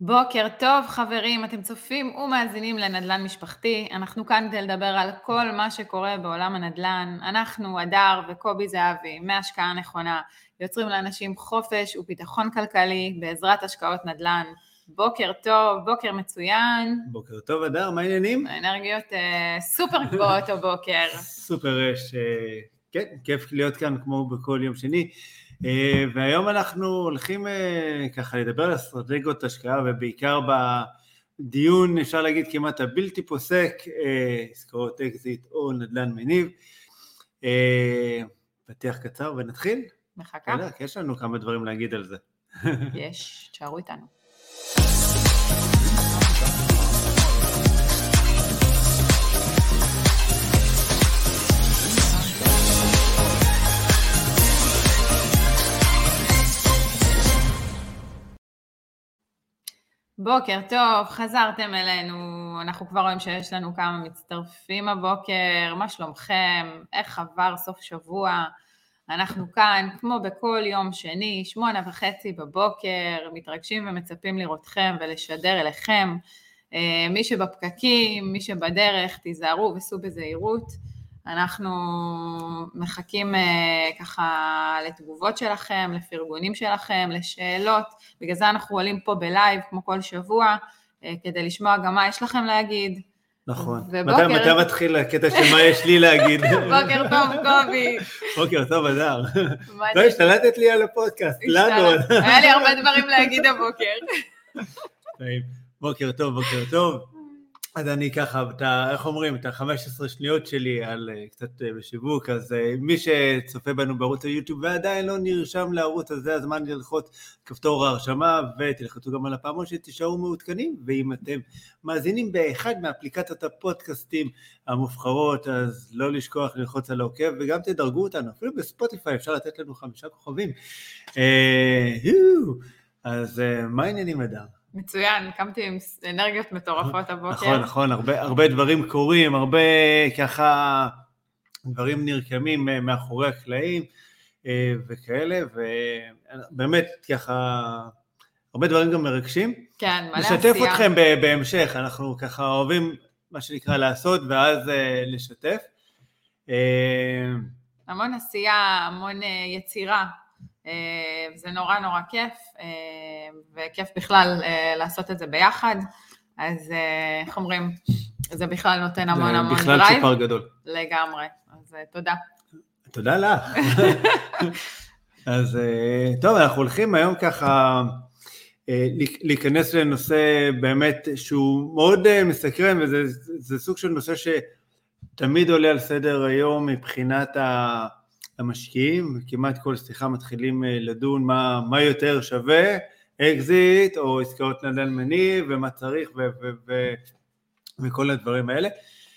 בוקר טוב חברים, אתם צופים ומאזינים לנדל"ן משפחתי. אנחנו כאן כדי לדבר על כל מה שקורה בעולם הנדל"ן. אנחנו, הדר וקובי זהבי, מהשקעה נכונה, יוצרים לאנשים חופש וביטחון כלכלי בעזרת השקעות נדל"ן. בוקר טוב, בוקר מצוין. בוקר טוב הדר, מה העניינים? האנרגיות סופר גבוהות הבוקר. סופר, כן, כיף להיות כאן כמו בכל יום שני. והיום אנחנו הולכים ככה לדבר על אסטרטגיות השקעה, ובעיקר בדיון אפשר להגיד כמעט הבלתי פוסק, עסקאות אקזיט או נדל"ן מניב. פתיח קצר ונתחיל? מחכה. כי יש לנו כמה דברים להגיד על זה. יש, תשארו איתנו. בוקר טוב, חזרתם אלינו, אנחנו כבר רואים שיש לנו כמה מצטרפים הבוקר, מה שלומכם, איך עבר סוף שבוע, אנחנו כאן כמו בכל יום שני, 8:30 בבוקר, מתרגשים ומצפים לראותכם ולשדר אליכם, מי שבפקקים, מי שבדרך, תיזהרו וסעו בזהירות, אנחנו מחכים ככה לתגובות שלכם, לפרגונים שלכם, לשאלות, בגלל זה אנחנו עולים פה בלייב כמו כל שבוע, כדי לשמוע גם מה יש לכם להגיד. נכון, מתי מתחיל הקטע של מה יש לי להגיד? בוקר טוב קובי. בוקר טוב הדר. לא השתלטת לי על הפודקאסט, לנו. היה לי הרבה דברים להגיד הבוקר. בוקר טוב, בוקר טוב. אז אני ככה, איך אומרים, את ה-15 שניות שלי על קצת בשיווק, אז מי שצופה בנו בערוץ היוטיוב ועדיין לא נרשם לערוץ הזה, הזמן ללחוץ כפתור ההרשמה, ותלחצו גם על הפעמון שתישארו מעודכנים, ואם אתם מאזינים באחד מאפליקציות הפודקאסטים המובחרות, אז לא לשכוח ללחוץ על העוקב, וגם תדרגו אותנו, אפילו בספוטיפיי אפשר לתת לנו 5 כוכבים. אז מה העניינים הדר? מצוין, קמתי עם אנרגיות מטורפות הבוקר. נכון, נכון, הרבה דברים קורים, הרבה ככה דברים נרקמים מאחורי הקלעים וכאלה, ובאמת ככה הרבה דברים גם מרגשים. כן, מלא עשייה. נשתף אתכם בהמשך, אנחנו ככה אוהבים מה שנקרא לעשות ואז לשתף. המון עשייה, המון יצירה. זה נורא נורא כיף, וכיף בכלל לעשות את זה ביחד, אז איך אומרים, זה בכלל נותן המון המון דרייב. בכלל סופר גדול. לגמרי, אז תודה. תודה לך. אז טוב, אנחנו הולכים היום ככה להיכנס לנושא באמת שהוא מאוד מסקרן, וזה סוג של נושא שתמיד עולה על סדר היום מבחינת המשקיעים, כמעט כל שיחה מתחילים לדון מה יותר שווה, אקזיט או עסקאות נדל"ן מניב, ומה צריך וכל הדברים האלה.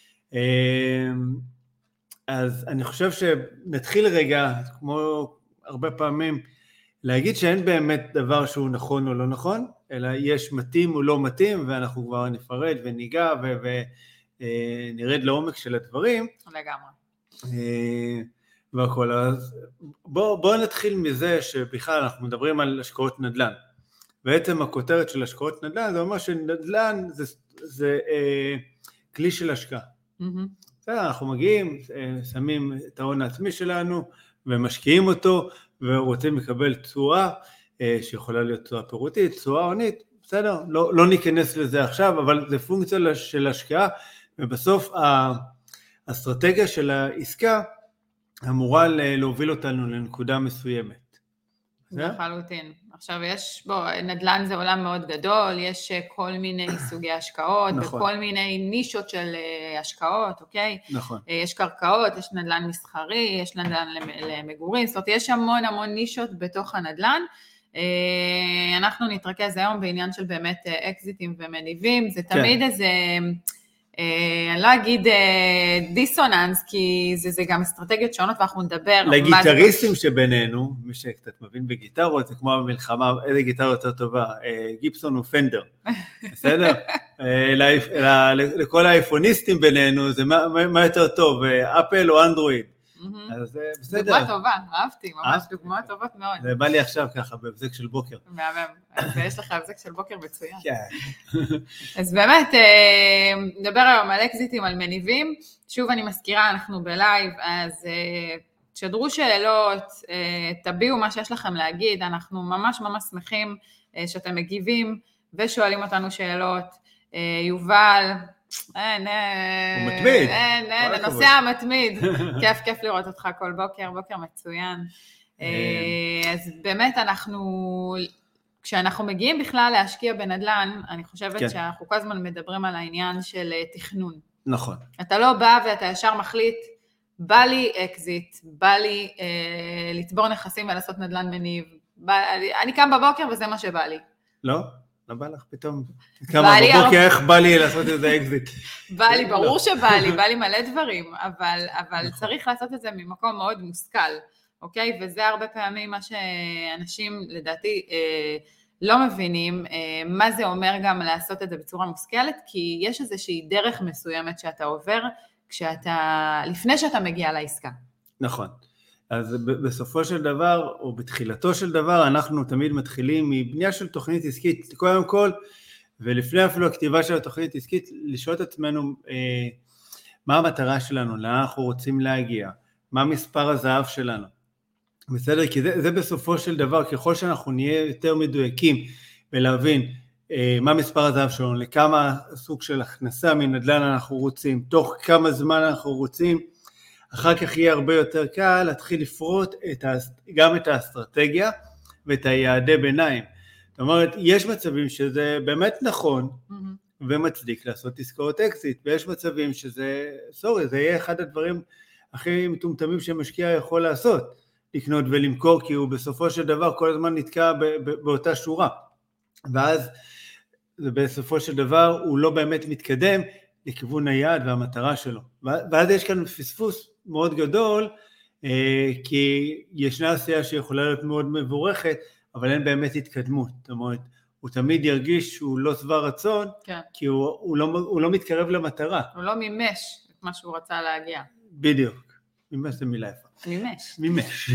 אז אני חושב שנתחיל רגע, כמו הרבה פעמים, להגיד שאין באמת דבר שהוא נכון או לא נכון, אלא יש מתאים או לא מתאים, ואנחנו כבר נפרד וניגע ונרד לעומק של הדברים. לגמרי. והכל, אז בואו נתחיל מזה שבכלל אנחנו מדברים על השקעות נדל"ן. בעצם הכותרת של השקעות נדל"ן, זה אומר שנדל"ן זה כלי של השקעה. אנחנו מגיעים, שמים את ההון העצמי שלנו, ומשקיעים אותו, ורוצים לקבל תשואה, שיכולה להיות תשואה פירותית, תשואה הונית, בסדר, לא ניכנס לזה עכשיו, אבל זה פונקציה של השקעה, ובסוף האסטרטגיה של העסקה, אמורה להוביל אותנו לנקודה מסוימת. לחלוטין. עכשיו נדל"ן זה עולם מאוד גדול, יש כל מיני סוגי השקעות, נכון. וכל מיני נישות של השקעות, אוקיי? נכון. יש קרקעות, יש נדל"ן מסחרי, יש נדל"ן למגורים, זאת אומרת, יש המון נישות בתוך הנדל"ן. אנחנו נתרכז היום בעניין של באמת אקזיטים ומניבים, זה תמיד איזה אני לא אגיד דיסוננס, כי זה גם אסטרטגיות שונות, ואנחנו נדבר. לגיטריסטים שבינינו, מי שקצת מבין בגיטרות, זה כמו המלחמה, איזה גיטרה יותר טובה, גיפסון ופנדר, בסדר? לכל האייפוניסטים בינינו, זה מה יותר טוב, אפל או אנדרואיד? אז בסדר. דוגמה טובה, אהבתי, ממש דוגמאות טובות מאוד. זה בא לי עכשיו ככה, בהבזק של בוקר. מהמם, אז יש לך הבזק של בוקר מצוין. כן. אז באמת, נדבר היום על אקזיטים, על מניבים. שוב אני מזכירה, אנחנו בלייב, אז תשדרו שאלות, תביאו מה שיש לכם להגיד, אנחנו ממש ממש שמחים שאתם מגיבים ושואלים אותנו שאלות. יובל, הוא מתמיד. הנושא המתמיד. כיף לראות אותך כל בוקר, בוקר מצוין. אז באמת כשאנחנו מגיעים בכלל להשקיע בנדל"ן, אני חושבת שאנחנו כל הזמן מדברים על העניין של תכנון. נכון. אתה לא בא ואתה ישר מחליט, בא לי אקזיט, בא לי לצבור נכסים ולעשות נדל"ן מניב. אני קם בבוקר וזה מה שבא לי. לא? לא בא לך פתאום? כמה בבוקר איך בא לי לעשות איזה אקזיט? בא לי, ברור שבא לי, בא לי מלא דברים, אבל צריך לעשות את זה ממקום מאוד מושכל, אוקיי? וזה הרבה פעמים מה שאנשים לדעתי לא מבינים, מה זה אומר גם לעשות את זה בצורה מושכלת, כי יש איזושהי דרך מסוימת שאתה עובר, לפני שאתה מגיע לעסקה. נכון. אז בסופו של דבר, או בתחילתו של דבר, אנחנו תמיד מתחילים מבנייה של תוכנית עסקית, קודם כל, ולפני אפילו הכתיבה של התוכנית עסקית, לשאול את עצמנו מה המטרה שלנו, לאן אנחנו רוצים להגיע, מה מספר הזהב שלנו. בסדר? כי זה בסופו של דבר, ככל שאנחנו נהיה יותר מדויקים ולהבין מה מספר הזהב שלנו, לכמה סוג של הכנסה מנדל"ן אנחנו רוצים, תוך כמה זמן אנחנו רוצים, אחר כך יהיה הרבה יותר קל להתחיל לפרוט גם את האסטרטגיה ואת היעדי ביניים. זאת אומרת, יש מצבים שזה באמת נכון ומצדיק לעשות עסקאות אקזיט, ויש מצבים שזה, זה יהיה אחד הדברים הכי מטומטמים שמשקיע יכול לעשות, לקנות ולמכור, כי הוא בסופו של דבר כל הזמן נתקע באותה שורה, ואז בסופו של דבר הוא לא באמת מתקדם לכיוון היעד והמטרה שלו, ואז יש כאן פספוס מאוד גדול, כי ישנה עשייה שיכולה להיות מאוד מבורכת, אבל אין באמת התקדמות. זאת אומרת, הוא תמיד ירגיש שהוא לא שבע רצון, כן. כי הוא לא מתקרב למטרה. הוא לא מימש את מה שהוא רצה להגיע. בדיוק. מימש זה מילה יפה. מימש.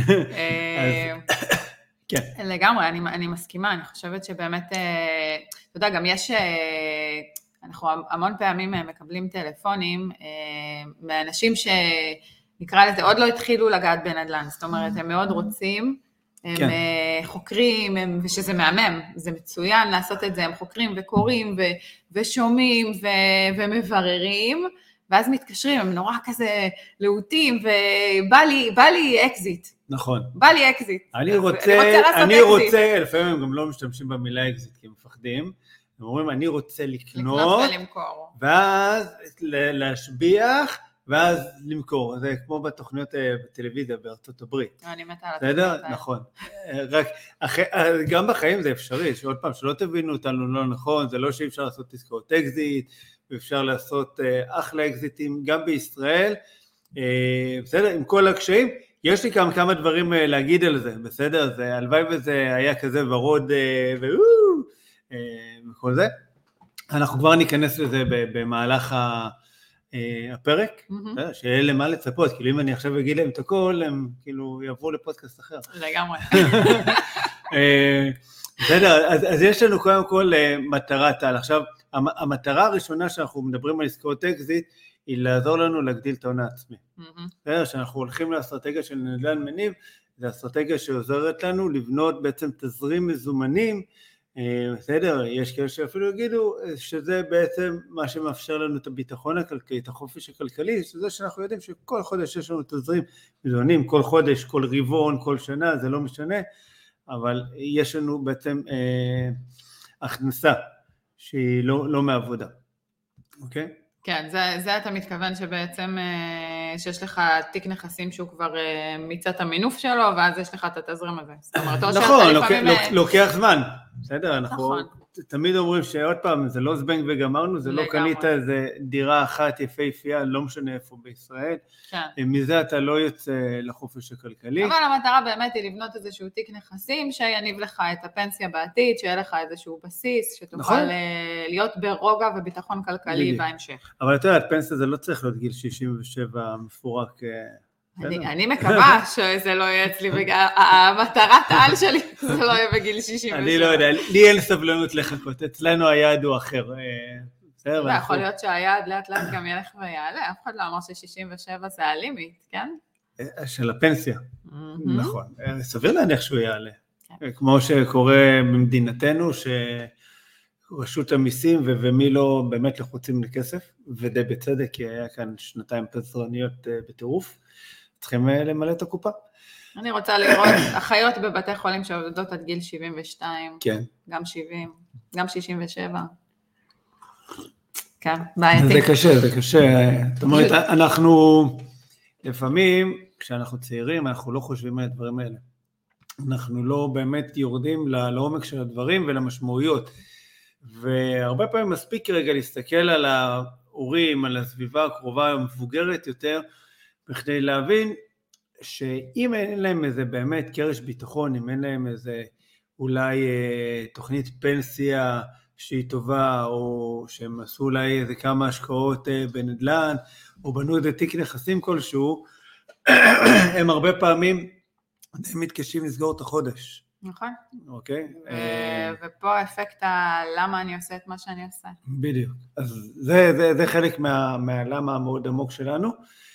כן. לגמרי, אני מסכימה, אני חושבת שבאמת, אתה יודע, גם יש, אנחנו המון פעמים מקבלים טלפונים, מאנשים שנקרא לזה, עוד לא התחילו לגעת בנדל"ן, זאת אומרת, הם מאוד רוצים, הם חוקרים, ושזה מהמם, זה מצוין לעשות את זה, הם חוקרים וקוראים ושומעים ומבררים, ואז מתקשרים, הם נורא כזה להוטים, ובא לי אקזיט. נכון. בא לי אקזיט. אני רוצה, לפעמים הם גם לא משתמשים במילה אקזיט, כי הם מפחדים, הם אומרים, אני רוצה לקנות ולמכור. ואז להשביח, ואז למכור. זה כמו בתוכניות בטלוויזיה בארצות הברית. אני מתה על התוכניות האלה. נכון. רק, גם בחיים זה אפשרי, שעוד פעם, שלא תבינו אותנו לא נכון, זה לא שאי אפשר לעשות עסקאות אקזיט, ואפשר לעשות אחלה אקזיטים גם בישראל, בסדר, עם כל הקשיים. יש לי כמה דברים להגיד על זה, בסדר? זה הלוואי וזה היה כזה ורוד וכל זה. אנחנו כבר ניכנס לזה במהלך הפרק, שיהיה למה לצפות, כאילו אם אני עכשיו אגיד להם את הכל, הם כאילו יעברו לפודקאסט אחר. לגמרי. בסדר, אז יש לנו קודם כל מטרת על. עכשיו, המטרה הראשונה שאנחנו מדברים על עסקאות אקזיט, היא לעזור לנו להגדיל את ההון העצמי. בסדר, שאנחנו הולכים לאסטרטגיה של נדל"ן מניב, זה אסטרטגיה שעוזרת לנו לבנות בעצם תזרים מזומנים, בסדר, יש כאלה שאפילו יגידו שזה בעצם מה שמאפשר לנו את הביטחון הכלכלי, את החופש הכלכלי, שזה שאנחנו יודעים שכל חודש יש לנו תזרים מזומנים, כל חודש, כל רבעון, כל שנה, זה לא משנה, אבל יש לנו בעצם הכנסה שהיא לא מעבודה, אוקיי? כן, זה אתה מתכוון שבעצם שיש לך תיק נכסים שהוא כבר מיצה את המינוף שלו, ואז יש לך את התזרים הזה. נכון, לוקח זמן, בסדר, אנחנו תמיד אומרים שעוד פעם, זה לא זבנג וגמרנו, זה לא קנית איזה דירה אחת יפהפייה, לא משנה איפה בישראל, מזה אתה לא יוצא לחופש הכלכלי. אבל המטרה באמת היא לבנות איזשהו תיק נכסים, שיניב לך את הפנסיה בעתיד, שיהיה לך איזשהו בסיס, שתוכל להיות ברוגע וביטחון כלכלי בהמשך. אבל אתה יודע, פנסיה זה לא צריך להיות גיל 67 מפורק. אני מקווה שזה לא יהיה אצלי, המטרת העל שלי זה לא יהיה בגיל 67. אני לא יודע, לי אין סבלנות לחכות, אצלנו היעד הוא אחר. יכול להיות שהיעד לאט לאט גם ילך ויעלה, אף אחד לא אמר ש67 זה הלימיט, כן? של הפנסיה, נכון. סביר להניח שהוא יעלה. כמו שקורה במדינתנו, שרשות המיסים ומי לא באמת לחוצים לכסף, ודי בצדק, כי היה כאן שנתיים פזרניות בטירוף, צריכים למלא את הקופה. אני רוצה לראות אחיות בבתי חולים שעובדות עד גיל 72, כן. גם 70, גם 67. כן, בעייתי. זה קשה, זה קשה. זאת אומרת, אנחנו לפעמים, כשאנחנו צעירים, אנחנו לא חושבים על הדברים האלה. אנחנו לא באמת יורדים לעומק של הדברים ולמשמעויות. והרבה פעמים מספיק רגע להסתכל על ההורים, על הסביבה הקרובה המבוגרת יותר, בכדי להבין שאם אין להם איזה באמת קרש ביטחון, אם אין להם איזה אולי תוכנית פנסיה שהיא טובה, או שהם עשו אולי איזה כמה השקעות בנדל"ן, או בנו איזה תיק נכסים כלשהו, הם הרבה פעמים מתקשים לסגור את החודש. נכון. אוקיי? ופה האפקט למה אני עושה את מה שאני עושה. בדיוק. אז זה חלק מהלמה המאוד עמוק שלנו.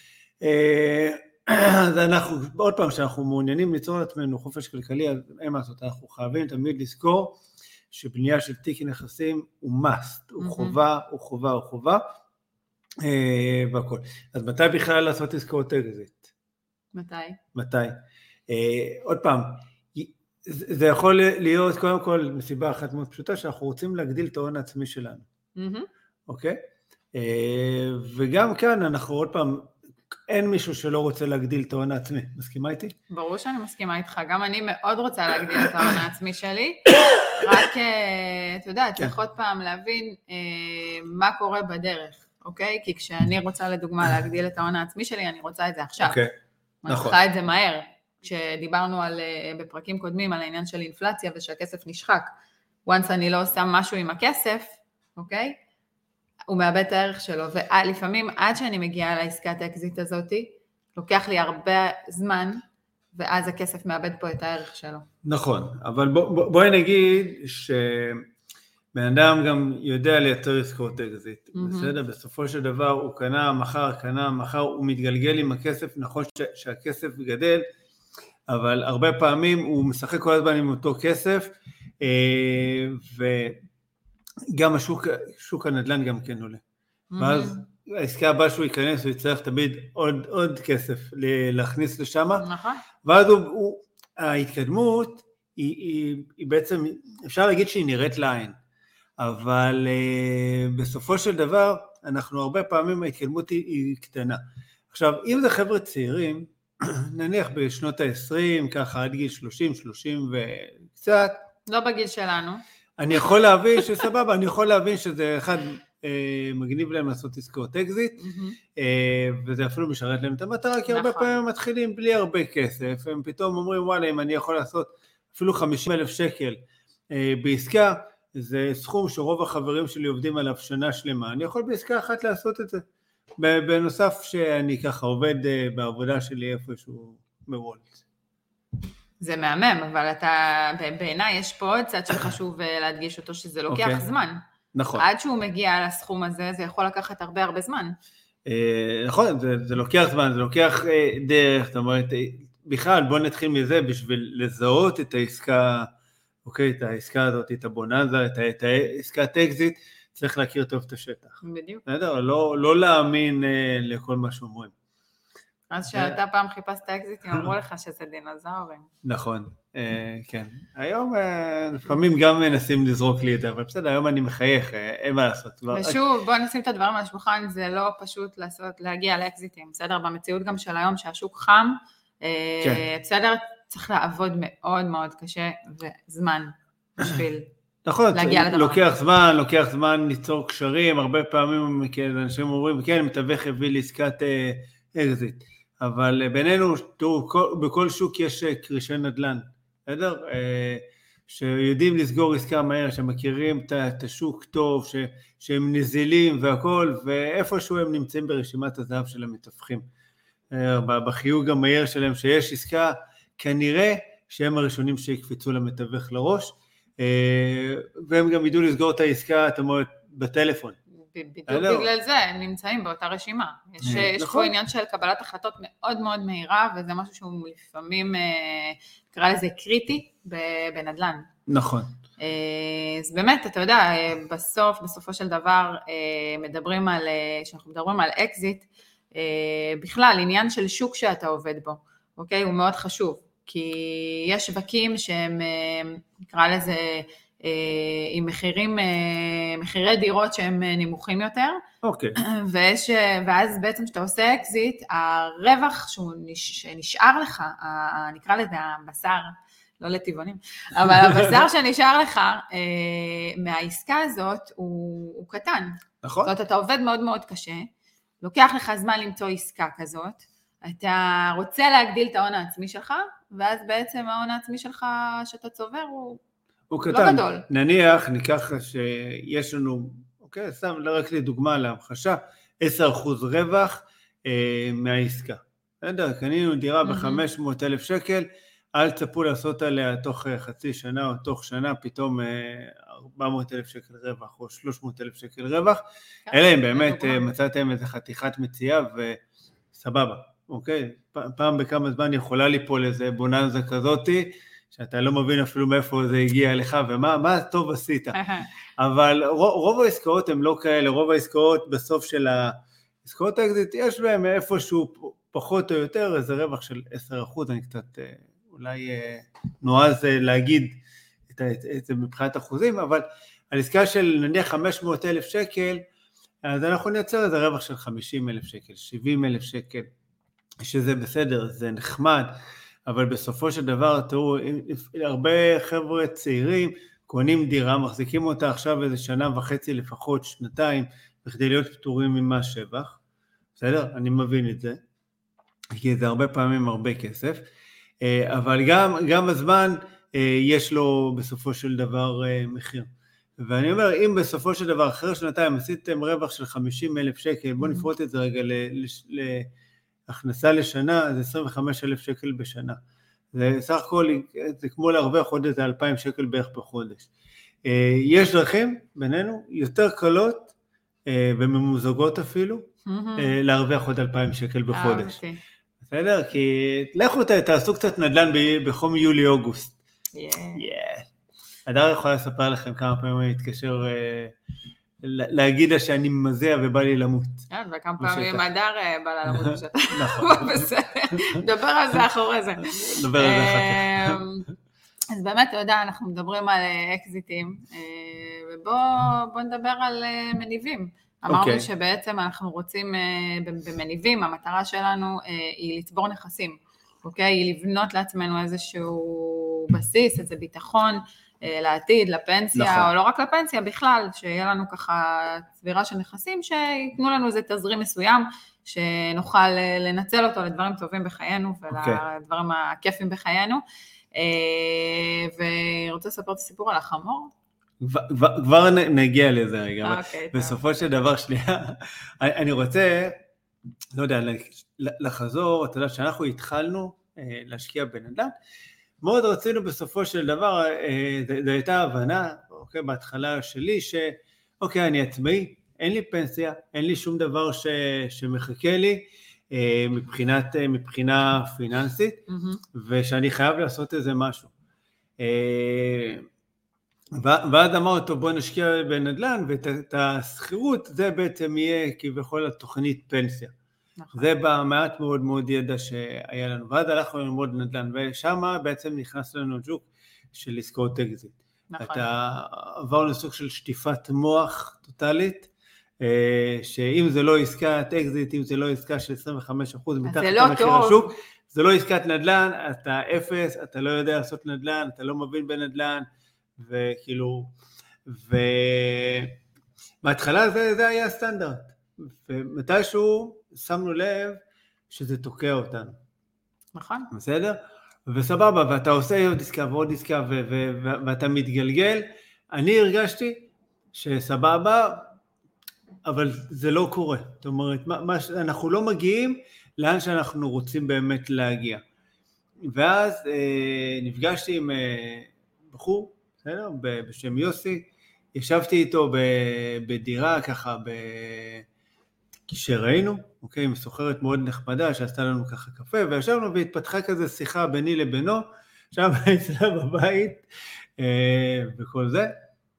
אז אנחנו, עוד פעם, שאנחנו מעוניינים ליצור לעצמנו חופש כלכלי, אז אין מה לעשות, אנחנו חייבים תמיד לזכור שבנייה של תיק נכסים הוא must, הוא חובה, הוא חובה, הוא חובה, והכל. אז מתי בכלל לעשות עסקאות אקזיט? מתי? עוד פעם, זה יכול להיות קודם כל מסיבה אחת מאוד פשוטה, שאנחנו רוצים להגדיל את ההון העצמי שלנו. אוקיי? וגם כאן אנחנו עוד פעם, אין מישהו שלא רוצה להגדיל את ההון העצמי. מסכימה איתי? ברור שאני מסכימה איתך. גם אני מאוד רוצה להגדיל את ההון העצמי שלי. רק, אתה יודע, צריך עוד פעם להבין מה קורה בדרך, אוקיי? כי כשאני רוצה לדוגמה להגדיל את ההון העצמי שלי, אני רוצה את זה עכשיו. אוקיי, נכון. אני צריכה את זה מהר. כשדיברנו בפרקים קודמים על העניין של אינפלציה ושהכסף נשחק. once אני לא עושה משהו עם הכסף, אוקיי? הוא מאבד את הערך שלו, ולפעמים עד שאני מגיעה לעסקת האקזיט הזאת, לוקח לי הרבה זמן, ואז הכסף מאבד פה את הערך שלו. נכון, אבל בואי נגיד שבן אדם גם יודע לייצר עסקאות אקזיט, בסדר? בסופו של דבר הוא קנה מחר, הוא מתגלגל עם הכסף, נכון שהכסף גדל, אבל הרבה פעמים הוא משחק כל הזמן עם אותו כסף, וגם שוק הנדל"ן גם כן עולה. ואז העסקה הבאה שהוא ייכנס, הוא יצטרך תמיד עוד כסף להכניס לשם. נכון. ואז ההתקדמות היא בעצם, אפשר להגיד שהיא נראית לעין, אבל בסופו של דבר, אנחנו הרבה פעמים ההתקדמות היא קטנה. עכשיו, אם זה חבר'ה צעירים, נניח בשנות ה-20, ככה עד גיל 30 וקצת. לא בגיל שלנו. אני יכול להבין שסבבה, אני יכול להבין שזה אחד מגניב להם לעשות עסקאות אקזיט, וזה אפילו משרת להם את המטרה, כי הרבה פעמים מתחילים בלי הרבה כסף, הם פתאום אומרים, וואלה, אם אני יכול לעשות אפילו 50,000 שקל בעסקה, זה סכום שרוב החברים שלי עובדים עליו שנה שלמה, אני יכול בעסקה אחת לעשות את זה. בנוסף שאני ככה עובד בעבודה שלי איפשהו בוולט. זה מהמם, אבל בעיניי יש פה עוד צד שחשוב להדגיש אותו, שזה לוקח זמן. נכון. עד שהוא מגיע לסכום הזה, זה יכול לקחת הרבה זמן. נכון, זה לוקח זמן, זה לוקח דרך, זאת אומרת, בכלל בוא נתחיל מזה, בשביל לזהות את העסקה, אוקיי, את העסקה הזאת, את הבוננזה, את העסקת אקזיט, צריך להכיר טוב את השטח. בדיוק. לא להאמין לכל מה שאומרים. אז שאתה פעם חיפשת אקזיטים, אמרו לך שזה דינוזאורים. נכון, כן. היום לפעמים גם מנסים לזרוק לי את זה, אבל בסדר, היום אני מחייך, אין מה לעשות. ושוב, בוא נשים את הדברים על השולחן, זה לא פשוט להגיע לאקזיטים, בסדר? במציאות גם של היום שהשוק חם, בסדר? צריך לעבוד מאוד קשה וזמן בשביל נכון, להגיע לדבר. לוקח זמן ליצור קשרים, הרבה פעמים אנשים אומרים, כן, מתווך הביא לעסקת אקזיט. אבל בינינו, תראו, בכל שוק יש קרישי נדל"ן, בסדר? שיודעים לסגור עסקה מהר, שמכירים את השוק טוב, שהם נזילים והכל, ואיפשהו הם נמצאים ברשימת הזהב של המתווכים. בחיוג המהיר שלהם שיש עסקה, כנראה שהם הראשונים שיקפצו למתווך לראש, והם גם ידעו לסגור את העסקה, אתה אומר, בטלפון. בדיוק בגלל זה, הם נמצאים באותה רשימה. יש פה עניין של קבלת החלטות מאוד מאוד מהירה, וזה משהו שהוא לפעמים, נקרא לזה קריטי, בנדל"ן. נכון. אז באמת, אתה יודע, בסופו של דבר, כשאנחנו מדברים על אקזיט, בכלל, עניין של שוק שאתה עובד בו, אוקיי? הוא מאוד חשוב, כי יש שווקים שהם, נקרא לזה, עם מחירי דירות שהם נמוכים יותר, אוקיי. ואז בעצם כשאתה עושה אקזיט, הרווח שנשאר לך, נקרא לזה הבשר, לא לטבעונים, אבל הבשר שנשאר לך מהעסקה הזאת הוא קטן. נכון. זאת אומרת, אתה עובד מאוד מאוד קשה, לוקח לך זמן למצוא עסקה כזאת, אתה רוצה להגדיל את ההון העצמי שלך, ואז בעצם ההון העצמי שלך שאתה צובר הוא קטן. לא גדול. נניח, ניקח שיש לנו, אוקיי, סתם רק לדוגמה להמחשה, 10% רווח מהעסקה. קנינו דירה ב-500,000 שקל, אל תצפו לעשות עליה תוך חצי שנה או תוך שנה, פתאום 400,000 שקל רווח או 300,000 שקל רווח, אלא אם באמת מצאתם איזה חתיכת מציאה וסבבה, אוקיי? פעם בכמה זמן יכולה ליפול איזה בוננזה כזאתי, שאתה לא מבין אפילו מאיפה זה הגיע לך ומה טוב עשית. אבל רוב העסקאות הן לא כאלה, רוב העסקאות בסוף של העסקאות האקזיט, יש בהם איפשהו פחות או יותר איזה רווח של 10%, אני קצת אולי נועז להגיד את זה מבחינת אחוזים, אבל על עסקה של נניח 500,000 שקל, אז אנחנו נייצר איזה רווח של 50,000 שקל, 70,000 שקל, שזה בסדר, זה נחמד, אבל בסופו של דבר, תראו, הרבה חבר'ה צעירים קונים דירה, מחזיקים אותה עכשיו איזה שנה וחצי לפחות, שנתיים, בכדי להיות פטורים ממס שבח, בסדר? אני מבין את זה, כי זה הרבה פעמים הרבה כסף, אבל גם הזמן יש לו בסופו של דבר מחיר. ואני אומר, אם בסופו של דבר, אחרי שנתיים, עשיתם רווח של 50,000 שקל, בואו נפרוט את זה רגע להכנסה לשנה, זה 25,000 שקל בשנה. זה סך הכל, זה כמו להרוויח עוד איזה 2,000 שקל בערך בחודש. יש דרכים בינינו יותר קלות וממוזגות אפילו, להרוויח עוד 2,000 שקל בחודש. בסדר? כי לכו תעשו קצת נדל"ן בחום יולי-אוגוסט. הדר יכולה לספר לכם כמה פעמים אני אתקשר להגיד לה שאני מזע ובא לי למות. וכמה פעמים הדר בא לה למות בשטח. נכון. בסדר, נדבר על זה אחרי זה. נדבר על זה אחר כך. אז באמת, אתה יודע, אנחנו מדברים על אקזיטים, ובוא נדבר על מניבים. אמרנו שבעצם אנחנו רוצים במניבים, המטרה שלנו היא לצבור נכסים, אוקיי? היא לבנות לעצמנו איזשהו בסיס, איזה ביטחון לעתיד, לפנסיה, או לא רק לפנסיה, בכלל, שיהיה לנו ככה צבירה של נכסים, שיתנו לנו איזה תזרים מסוים, שנוכל לנצל אותו לדברים טובים בחיינו, ולדברים הכיפים בחיינו. ורוצה לספר את הסיפור על החמור? כבר נגיע לזה רגע, בסופו של דבר שנייה, אני רוצה, לא יודע, לחזור, אתה יודע, שאנחנו התחלנו להשקיע בנדל"ן, מאוד רצינו בסופו של דבר, זו הייתה הבנה, אוקיי, בהתחלה שלי, שאוקיי, אני עצמאי, אין לי פנסיה, אין לי שום דבר שמחכה לי, מבחינה פיננסית, ושאני חייב לעשות איזה משהו. ואז אמרנו, טוב, בוא נשקיע בנדל"ן, ואת הסחירות, זה בעצם יהיה כביכול התוכנית פנסיה. זה במעט מאוד מאוד ידע שהיה לנו. ואז הלכנו ללמוד נדל"ן, ושם בעצם נכנס לנו ג'וק של עסקאות אקזיט. עברנו לסוג של שטיפת מוח טוטלית, שאם זה לא עסקת אקזיט, אם זה לא עסקה של 25% מתחת למחיר השוק, זה לא עסקת נדל"ן, אתה אפס, אתה לא יודע לעשות נדל"ן, אתה לא מבין בנדל"ן, וכאילו, בהתחלה זה היה הסטנדרט, ומתישהו שמנו לב שזה תוקע אותנו. נכון. בסדר? וסבבה, ואתה עושה עוד עסקה ועוד עסקה, ואתה מתגלגל, אני הרגשתי שסבבה, אבל זה לא קורה. זאת אומרת, אנחנו לא מגיעים לאן שאנחנו רוצים באמת להגיע. ואז נפגשתי עם בחור, בסדר? בשם יוסי, ישבתי איתו בדירה ככה, כשראינו, אוקיי, עם סוחרת מאוד נחמדה שעשתה לנו ככה קפה, וישבנו והתפתחה כזה שיחה ביני לבינו, שם אצלה בבית וכל זה,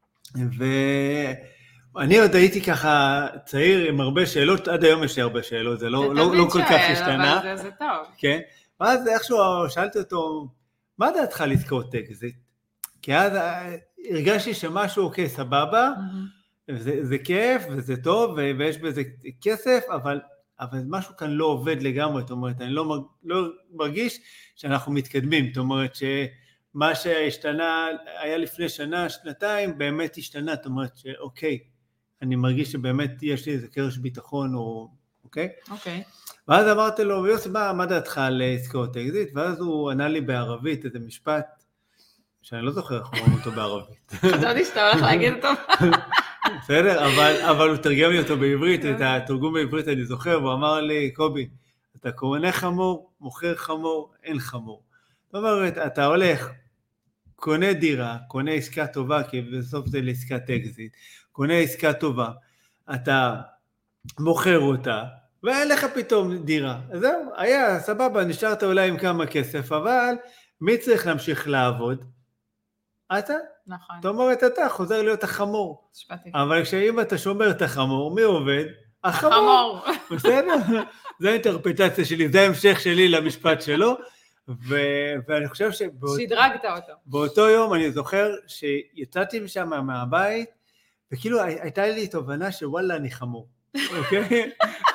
ואני עוד הייתי ככה צעיר עם הרבה שאלות, עד היום יש לי הרבה שאלות, זה לא כל כך השתנה. אבל זה טוב. כן, ואז איכשהו שאלתי אותו, מה דעתך לזכות אקזיט? כי אז הרגשתי שמשהו, אוקיי, סבבה, זה כיף וזה טוב ויש בזה כסף, אבל משהו כאן לא עובד לגמרי, זאת אומרת, אני לא מרגיש שאנחנו מתקדמים, זאת אומרת שמה שהשתנה היה לפני שנה, שנתיים, באמת השתנה, זאת אומרת שאוקיי, אני מרגיש שבאמת יש לי איזה קרש ביטחון, או אוקיי? אוקיי. ואז אמרתי לו, יוסי, מה דעתך על עסקאות אקזיט? ואז הוא ענה לי בערבית איזה משפט, שאני לא זוכר איך אומרים אותו בערבית. חשבתי שאתה הולך להגיד אותו. בסדר, אבל הוא תרגם לי אותו בעברית, את התרגום בעברית אני זוכר, והוא אמר לי, קובי, אתה קונה חמור, מוכר חמור, אין חמור. זאת אומרת, אתה הולך, קונה דירה, קונה עסקה טובה, כי בסוף זה לעסקת אקזיט, קונה עסקה טובה, אתה מוכר אותה, ואין לך פתאום דירה. אז זהו, היה סבבה, נשארת אולי עם כמה כסף, אבל מי צריך להמשיך לעבוד? אתה? נכון. זאת אומרת, אתה חוזר להיות החמור. שפטי. אבל כשאם אתה שומר את החמור, מי עובד? החמור. בסדר? זו האינטרפטציה שלי, זה ההמשך שלי למשפט שלו, ואני חושב שדרגת אותו. באותו יום אני זוכר שיצאתי משם מהבית, וכאילו הייתה לי תובנה שוואלה אני חמור. אוקיי?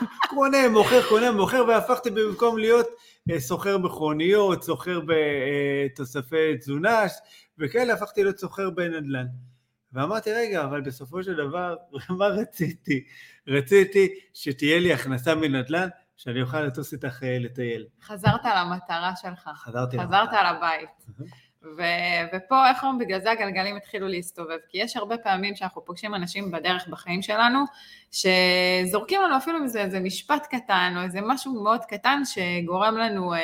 קונה, מוכר, והפכתי במקום להיות סוחר מכוניות, סוחר בתוספי תזונה, וכאלה הפכתי להיות סוחר בנדל"ן. ואמרתי, רגע, אבל בסופו של דבר, מה רציתי? רציתי שתהיה לי הכנסה מנדל"ן, שאני אוכל לטוס איתך לטייל. חזרת למטרה שלך. חזרת לבית. ופה, איך אומרים, בגלל זה הגלגלים התחילו להסתובב, כי יש הרבה פעמים שאנחנו פוגשים אנשים בדרך בחיים שלנו, שזורקים לנו אפילו איזה משפט קטן, או איזה משהו מאוד קטן, שגורם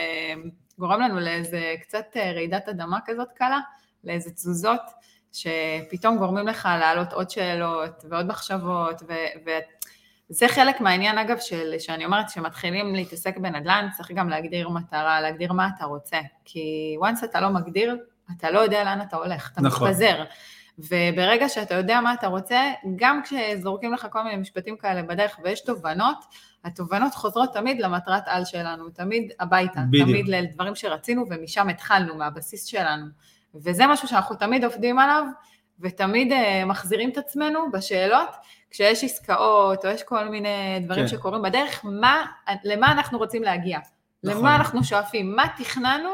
לנו לאיזה קצת רעידת אדמה כזאת קלה, לאיזה תזוזות, שפתאום גורמים לך לעלות עוד שאלות, ועוד מחשבות, וזה חלק מהעניין אגב, שאני אומרת, שמתחילים להתעסק בנדל"ן, צריך גם להגדיר מטרה, להגדיר מה אתה רוצה, כי once אתה לא מגדיר, אתה לא יודע לאן אתה הולך, אתה מתפזר, וברגע שאתה יודע מה אתה רוצה, גם כשזורקים לך כל מיני משפטים כאלה בדרך, ויש תובנות, התובנות חוזרות תמיד למטרת על שלנו, תמיד הביתה, תמיד לדברים שרצינו, ומשם התחלנו, מהבסיס שלנו, וזה משהו שאנחנו תמיד עובדים עליו, ותמיד מחזירים את עצמנו בשאלות, כשיש עסקאות, או יש כל מיני דברים שקורים בדרך, למה אנחנו רוצים להגיע? למה אנחנו שואפים? מה תכננו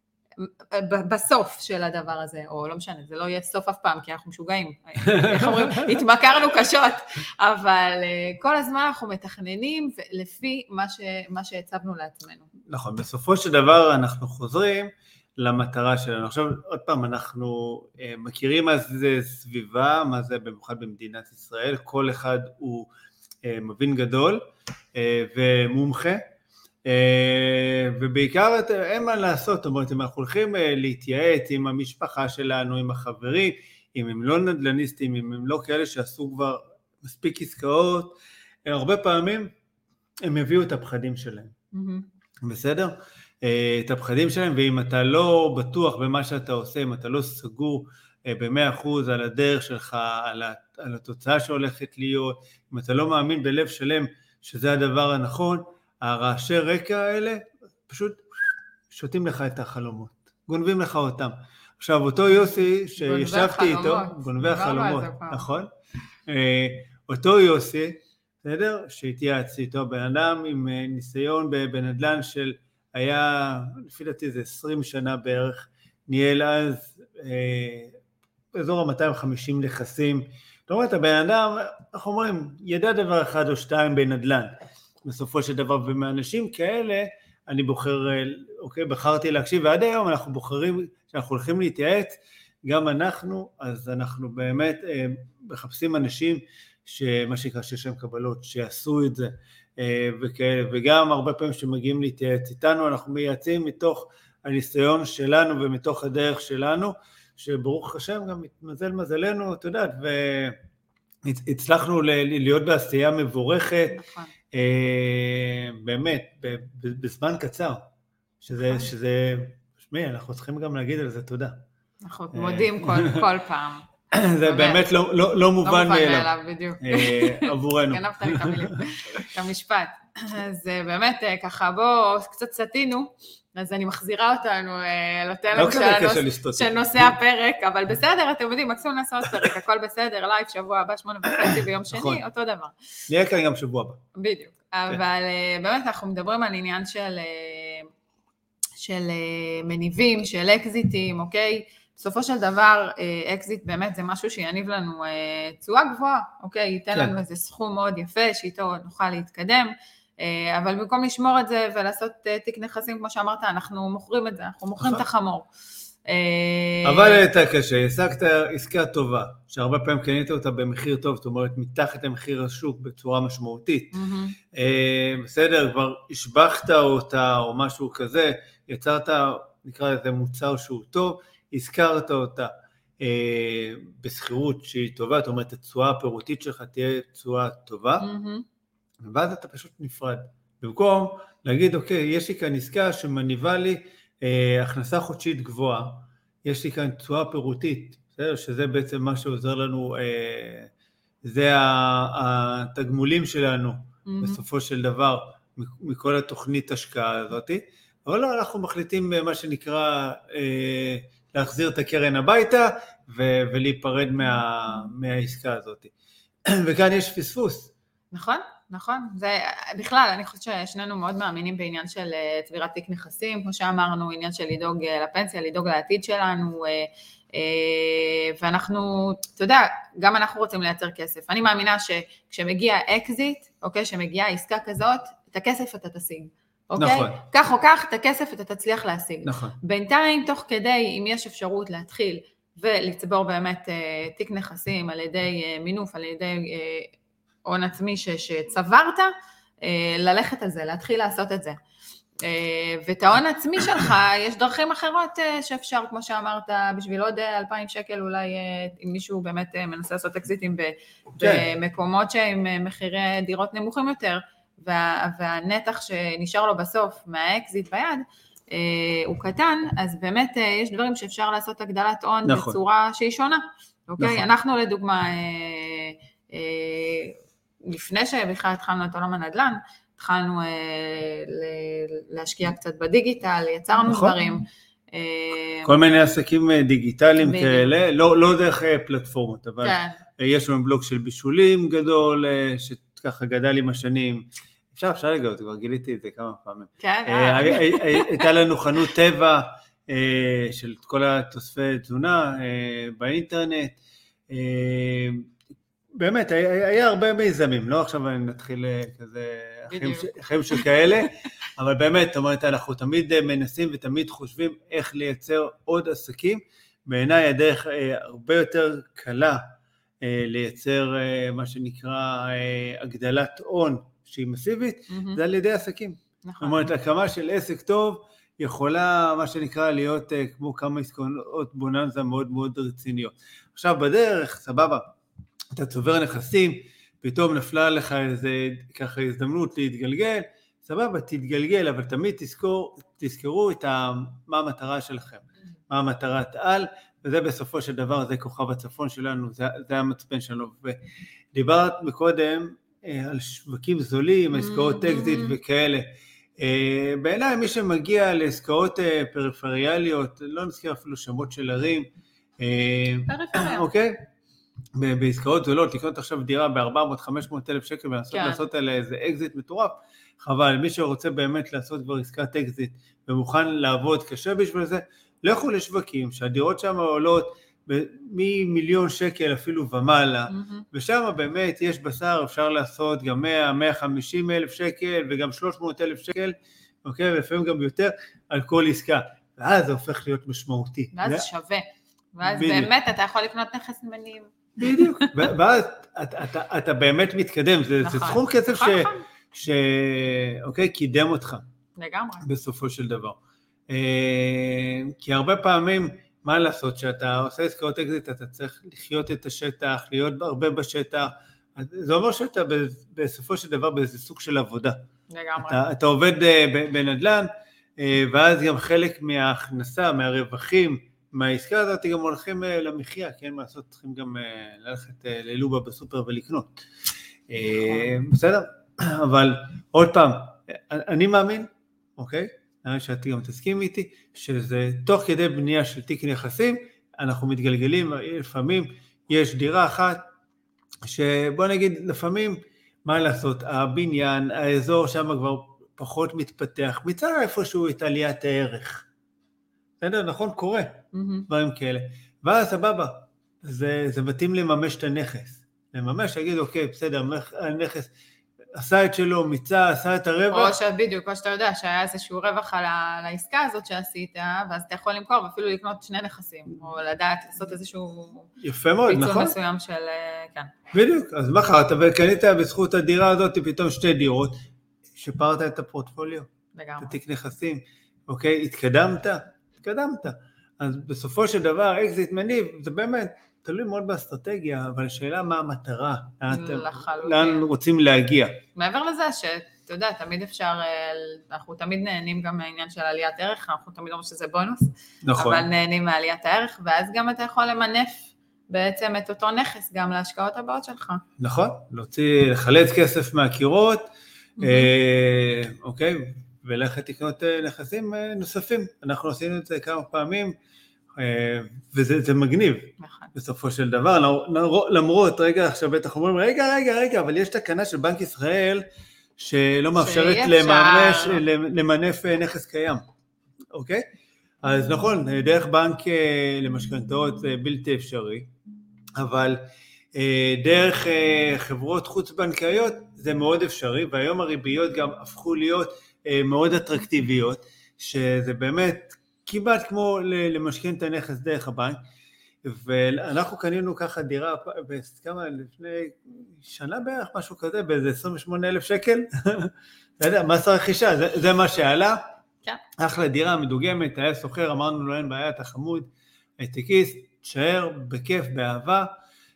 בסוף של הדבר הזה? או לא משנה, זה לא יהיה סוף אף פעם, כי אנחנו משוגעים. איך אומרים? התמכרנו קשות. אבל כל הזמן אנחנו מתכננים, לפי מה שהצבנו לעצמנו. נכון, בסופו של דבר אנחנו חוזרים למטרה שלנו. עכשיו, עוד פעם, אנחנו מכירים מה זה סביבה, מה זה במיוחד במדינת ישראל, כל אחד הוא מבין גדול ומומחה, ובעיקר אין מה לעשות, זאת אומרת, אם אנחנו הולכים להתייעץ עם המשפחה שלנו, עם החברים, אם הם לא נדלניסטים, אם הם לא כאלה שעשו כבר מספיק עסקאות, הרבה פעמים הם הביאו את הפחדים שלהם. בסדר? את הפחדים שלהם, ואם אתה לא בטוח במה שאתה עושה, אם אתה לא סגור ב100% על הדרך שלך, על התוצאה שהולכת להיות, אם אתה לא מאמין בלב שלם שזה הדבר הנכון, הרעשי רקע האלה פשוט שותים לך את החלומות, גונבים לך אותם. עכשיו, אותו יוסי שישבתי איתו, גונבי החלומות, נכון? אותו יוסי, בסדר? שהתייעצתי איתו, בן אדם עם ניסיון בנדל"ן של היה, לפי דעתי זה 20 שנה בערך, ניהל אז באזור ה-250 נכסים. זאת אומרת, הבן אדם, אנחנו אומרים, ידע דבר אחד או שתיים בנדל"ן. בסופו של דבר, ומאנשים כאלה, אני בחרתי להקשיב, ועד היום אנחנו בוחרים, שאנחנו הולכים להתייעץ, גם אנחנו, אז אנחנו באמת מחפשים אנשים, שמה שנקרא שיש להם קבלות, שיעשו את זה, וכאלה, וגם הרבה פעמים שמגיעים להתייעץ איתנו, אנחנו מייעצים מתוך הניסיון שלנו ומתוך הדרך שלנו, שברוך השם גם מתמזל מזלנו, אתה יודעת, והצלחנו להיות בעשייה מבורכת, נכון. באמת, בזמן קצר, שזה, שמי, אנחנו צריכים גם להגיד על זה תודה. אנחנו מודים כל פעם. זה באמת לא מובן מאליו. בדיוק. עבורנו. גנבת לי את המילים, את המשפט. אז באמת ככה, בואו קצת סתינו, אז אני מחזירה אותנו לתלם של נושא הפרק, אבל בסדר, אתם יודעים, מקסימום נעשה עוד פרק, הכל בסדר, לייב שבוע הבא, 8:30 ביום שני, אותו דבר. נהיה כאן גם שבוע הבא. בדיוק, אבל באמת אנחנו מדברים על עניין של מניבים, של אקזיטים, אוקיי? בסופו של דבר, אקזיט באמת זה משהו שיניב לנו תשואה גבוהה, אוקיי? ייתן לנו איזה סכום מאוד יפה, שאיתו נוכל להתקדם, אבל במקום לשמור את זה ולעשות תיק נכסים, כמו שאמרת, אנחנו מוכרים את זה, אנחנו מוכרים את החמור. אבל הייתה קשה, השגת עסקה טובה, שהרבה פעמים קנית אותה במחיר טוב, זאת אומרת, מתחת למחיר השוק בצורה משמעותית. בסדר, כבר השבחת אותה או משהו כזה, יצרת, נקרא לזה מוצר שהוא טוב, הזכרת אותה בסחירות שהיא טובה, זאת אומרת, התשואה הפירותית שלך תהיה תשואה טובה, ואז אתה פשוט נפרד. במקום להגיד, אוקיי, יש לי כאן עסקה שמניבה לי הכנסה חודשית גבוהה, יש לי כאן תשואה פירותית, שזה בעצם מה שעוזר לנו, זה התגמולים שלנו, בסופו של דבר, מכל התוכנית השקעה הזאת, אבל לא, אנחנו מחליטים מה שנקרא להחזיר את הקרן הביתה ולהיפרד מהעסקה הזאת. וכאן יש פספוס. נכון, נכון. זה בכלל, אני חושבת ששנינו מאוד מאמינים בעניין של צבירת תיק נכסים, כמו שאמרנו, עניין של לדאוג לפנסיה, לדאוג לעתיד שלנו, ואנחנו, אתה יודע, גם אנחנו רוצים לייצר כסף. אני מאמינה שכשמגיע אקזיט, אוקיי, שמגיעה עסקה כזאת, את הכסף אתה תשיג. אוקיי? נכון. כך או כך, את הכסף אתה תצליח להשיג. נכון. בינתיים, תוך כדי, אם יש אפשרות להתחיל ולצבור באמת תיק נכסים על ידי מינוף, על ידי הון עצמי שצברת, ללכת על זה, להתחיל לעשות את זה. ואת ההון עצמי שלך, יש דרכים אחרות שאפשר, כמו שאמרת, בשביל עוד 2,000 שקל, אולי אם מישהו באמת מנסה לעשות אקזיטים במקומות שהם מחירי דירות נמוכים יותר, והנתח שנשאר לו בסוף מהאקזיט ביד, הוא קטן, אז באמת יש דברים שאפשר לעשות הגדלת הון בצורה שהיא שונה. אוקיי? אנחנו לדוגמה, לפני שבכלל התחלנו את עולם הנדל"ן, התחלנו להשקיע קצת בדיגיטל, יצרנו דברים. כל מיני עסקים דיגיטליים כאלה, לא דרך פלטפורמות, אבל יש לנו בלוג של בישולים גדול, שככה גדל עם השנים, אפשר לגלות, כבר גיליתי את זה כמה פעמים. כן. הייתה לנו חנות טבע של כל התוספי תזונה באינטרנט, באמת, היה הרבה מיזמים, לא עכשיו נתחיל כזה חיים שכאלה, אבל באמת, זאת אומרת, אנחנו תמיד מנסים ותמיד חושבים איך לייצר עוד עסקים, בעיניי הדרך הרבה יותר קלה לייצר מה שנקרא הגדלת הון שהיא מסיבית, זה על ידי עסקים. זאת אומרת, הקמה של עסק טוב יכולה מה שנקרא להיות כמו כמה עסקאות בוננזה מאוד מאוד רציניות. עכשיו בדרך, סבבה, אתה צובר נכסים, פתאום נפלה לך איזה ככה הזדמנות להתגלגל, סבבה, תתגלגל, אבל תמיד תזכרו מה המטרה שלכם, מה המטרת על, וזה בסופו של דבר, זה כוכב הצפון שלנו, זה המצפן שלנו. ודיברת מקודם על שווקים זולים, עסקאות אקזיט וכאלה. בעיניי מי שמגיע לעסקאות פריפריאליות, לא נזכיר אפילו שמות של ערים, אוקיי? בעסקאות זולות, לקנות עכשיו דירה ב-400-500 אלף שקל, ולעשות עליה איזה אקזיט מטורף, חבל, מי שרוצה באמת לעשות כבר עסקת אקזיט, ומוכן לעבוד קשה בשביל זה, לכו לשווקים, שהדירות שם עולות ממיליון שקל אפילו ומעלה, ושם באמת יש בשר, אפשר לעשות גם 100-150 אלף שקל, וגם 300 אלף שקל, אוקיי, ולפעמים גם יותר, על כל עסקה, ואז זה הופך להיות משמעותי. ואז זה שווה, ואז באמת אתה יכול לקנות נכס מניב. בדיוק, ואז אתה באמת מתקדם, זה סכום כסף שאוקיי, קידם אותך. לגמרי. בסופו של דבר. כי הרבה פעמים, מה לעשות, שאתה עושה עסקאות אקזיט, אתה צריך לחיות את השטח, להיות הרבה בשטח, זה אומר שאתה בסופו של דבר באיזה סוג של עבודה. לגמרי. אתה עובד בנדל"ן, ואז גם חלק מההכנסה, מהרווחים, מהעסקה הזאת, גם הולכים למחיה, כן, מה לעשות, צריכים גם ללכת ללובה בסופר ולקנות. בסדר? אבל עוד פעם, אני מאמין, אוקיי? שאתה גם תסכים איתי, שזה תוך כדי בנייה של תיק נכסים, אנחנו מתגלגלים, לפעמים יש דירה אחת, שבוא נגיד, לפעמים, מה לעשות, הבניין, האזור שם כבר פחות מתפתח, מצא איפשהו את עליית הערך. בסדר, נכון? קורה, דברים כאלה. ואז סבבה, זה מתאים לממש את הנכס. לממש, להגיד, אוקיי, בסדר, הנכס עשה את שלו, מיצה, עשה את הרווח. או בדיוק, או שאתה יודע שהיה איזשהו רווח על העסקה הזאת שעשית, ואז אתה יכול למכור ואפילו לקנות שני נכסים, או לדעת לעשות איזשהו יפה מאוד, נכון? פיצול מסוים של, כן. בדיוק, אז מחרת וקנית בזכות הדירה הזאת פתאום 2 דירות, שפרת את הפורטפוליו, לגמרי. את התיק נכסים, אוקיי, התקדמת. אז בסופו של דבר, אקזיט מניב, זה באמת תלוי מאוד באסטרטגיה, אבל השאלה מה המטרה, לאן רוצים להגיע. מעבר לזה שאתה יודע, תמיד אפשר, אנחנו תמיד נהנים גם מהעניין של עליית ערך, אנחנו תמיד אומרים שזה בונוס, נכון. אבל נהנים מעליית הערך, ואז גם אתה יכול למנף בעצם את אותו נכס גם להשקעות הבאות שלך. נכון, לחלץ כסף מהקירות, אוקיי, ולכת לקנות נכסים נוספים. אנחנו עשינו את זה כמה פעמים, וזה מגניב, בסופו של דבר, למרות, רגע, עכשיו בטח אומרים, רגע, אבל יש תקנה של בנק ישראל, שלא מאפשרת למנף נכס קיים, אוקיי? אז נכון, דרך בנק למשכנתאות זה בלתי אפשרי, אבל דרך חברות חוץ בנקאיות זה מאוד אפשרי, והיום הריביות גם הפכו להיות מאוד אטרקטיביות, שזה באמת כמעט כמו למשכן את הנכס דרך הבנק, ואנחנו קנינו ככה דירה, כמה לפני שנה בערך, משהו כזה, באיזה 28,000 שקל, אתה יודע, מס הרכישה, זה מה שעלה, אחלה דירה מדוגמת, היה סוחר, אמרנו לו אין בעיה, אתה חמוד, הייטקיסט, תשאר, בכיף, באהבה,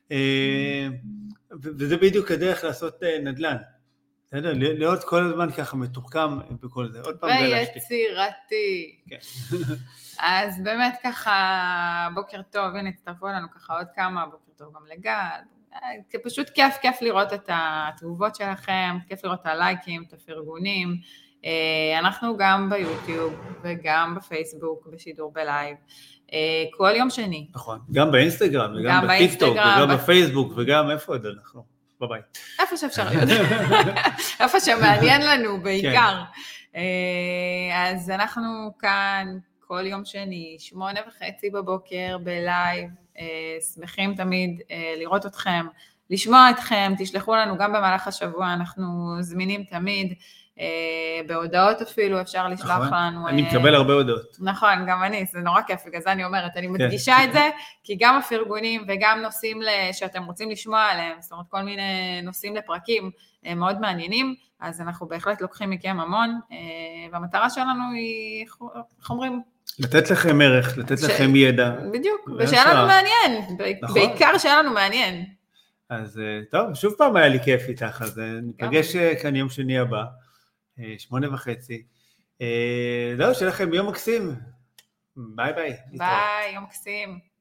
וזה בדיוק הדרך לעשות נדל"ן, בסדר? להיות כל הזמן ככה מתוחכם בכל זה. ויצירתי. אז באמת ככה, בוקר טוב, הנה הצטרפו לנו ככה עוד כמה, בוקר טוב גם לגל. זה פשוט כיף לראות את התגובות שלכם, כיף לראות את הלייקים, את הפרגונים. אנחנו גם ביוטיוב וגם בפייסבוק, בשידור בלייב. כל יום שני. נכון, גם באינסטגרם וגם בטיקטוק וגם בפייסבוק וגם איפה עוד אנחנו? בבית. איפה שאפשר להיות. איפה שמעניין לנו בעיקר. אז אנחנו כאן כל יום שני, 8:30 בבוקר בלייב, שמחים תמיד לראות אתכם, לשמוע אתכם, תשלחו לנו גם במהלך השבוע, אנחנו זמינים תמיד, בהודעות אפילו אפשר לשלוח לנו. אני מקבל הרבה הודעות. נכון, גם אני, זה נורא כיף, בגלל זה אני אומרת, אני מדגישה את זה, כי גם הפרגונים וגם נושאים שאתם רוצים לשמוע עליהם, זאת אומרת כל מיני נושאים לפרקים מאוד מעניינים, אז אנחנו בהחלט לוקחים מכם המון, והמטרה שלנו היא, איך אומרים? לתת לכם ערך, לתת לכם ידע. בדיוק, ושיהיה לנו מעניין, בעיקר שיהיה לנו מעניין. אז טוב, שוב פעם היה לי כיף איתך, אז ניפגש כאן יום שני הבא, 8:30. זהו, שיהיה לכם יום מקסים. ביי. ביי, יום מקסים.